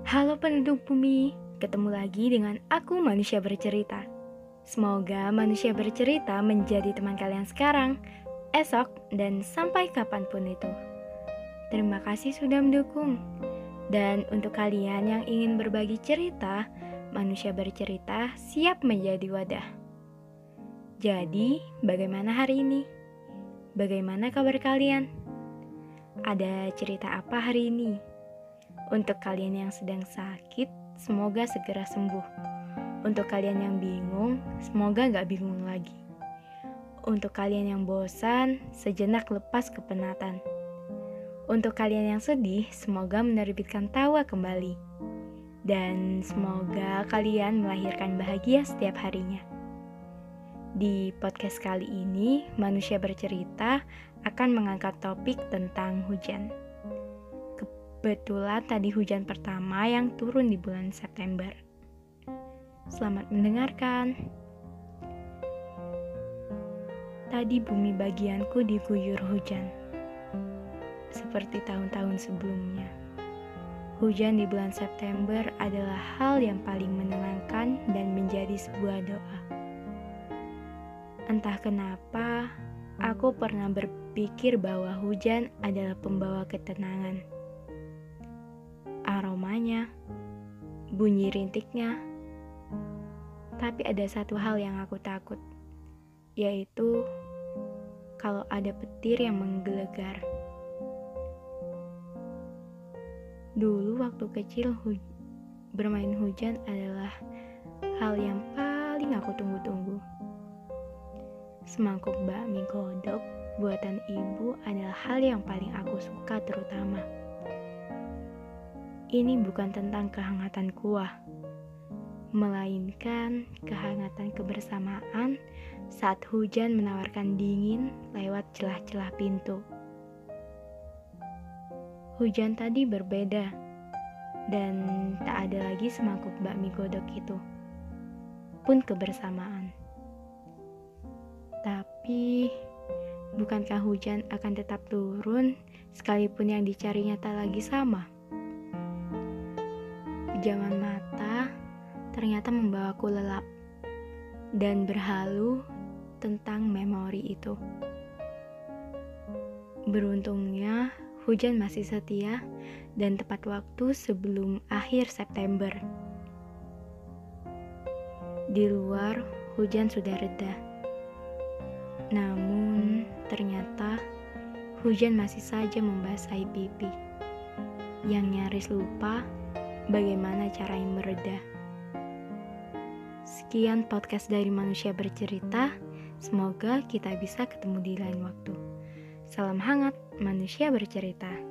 Halo penduduk bumi, ketemu lagi dengan aku manusia bercerita. Semoga manusia bercerita menjadi teman kalian sekarang, esok, dan sampai kapanpun itu. Terima kasih sudah mendukung. Dan untuk kalian yang ingin berbagi cerita, manusia bercerita siap menjadi wadah. Jadi, bagaimana hari ini? Bagaimana kabar kalian? Ada cerita apa hari ini? Untuk kalian yang sedang sakit, semoga segera sembuh. Untuk kalian yang bingung, semoga gak bingung lagi. Untuk kalian yang bosan, sejenak lepas kepenatan. Untuk kalian yang sedih, semoga menerbitkan tawa kembali. Dan semoga kalian melahirkan bahagia setiap harinya. Di podcast kali ini, manusia bercerita akan mengangkat topik tentang hujan. Kebetulan tadi hujan pertama yang turun di bulan September. Selamat mendengarkan. Tadi bumi bagianku diguyur hujan. Seperti tahun-tahun sebelumnya. Hujan di bulan September adalah hal yang paling menenangkan dan menjadi sebuah doa. Entah kenapa, aku pernah berpikir bahwa hujan adalah pembawa ketenangan. Aromanya, bunyi rintiknya. Tapi ada satu hal yang aku takut, yaitu kalau ada petir yang menggelegar. Dulu waktu kecil bermain hujan adalah hal yang paling aku tunggu-tunggu. Semangkuk bakmi godok buatan ibu adalah hal yang paling aku suka terutama. Ini bukan tentang kehangatan kuah, melainkan kehangatan kebersamaan saat hujan menawarkan dingin lewat celah-celah pintu. Hujan tadi berbeda, dan tak ada lagi semangkuk bakmi godok itu, pun kebersamaan. Tapi, bukankah hujan akan tetap turun sekalipun yang dicarinya tak lagi sama? Pejaman mata ternyata membawaku lelap dan berhalu tentang memori itu. Beruntungnya, hujan masih setia dan tepat waktu sebelum akhir September. Di luar, hujan sudah reda. Namun, ternyata hujan masih saja membasahi pipi yang nyaris lupa bagaimana caranya mereda. Sekian podcast dari Manusia Bercerita. Semoga kita bisa ketemu di lain waktu. Salam hangat, Manusia Bercerita.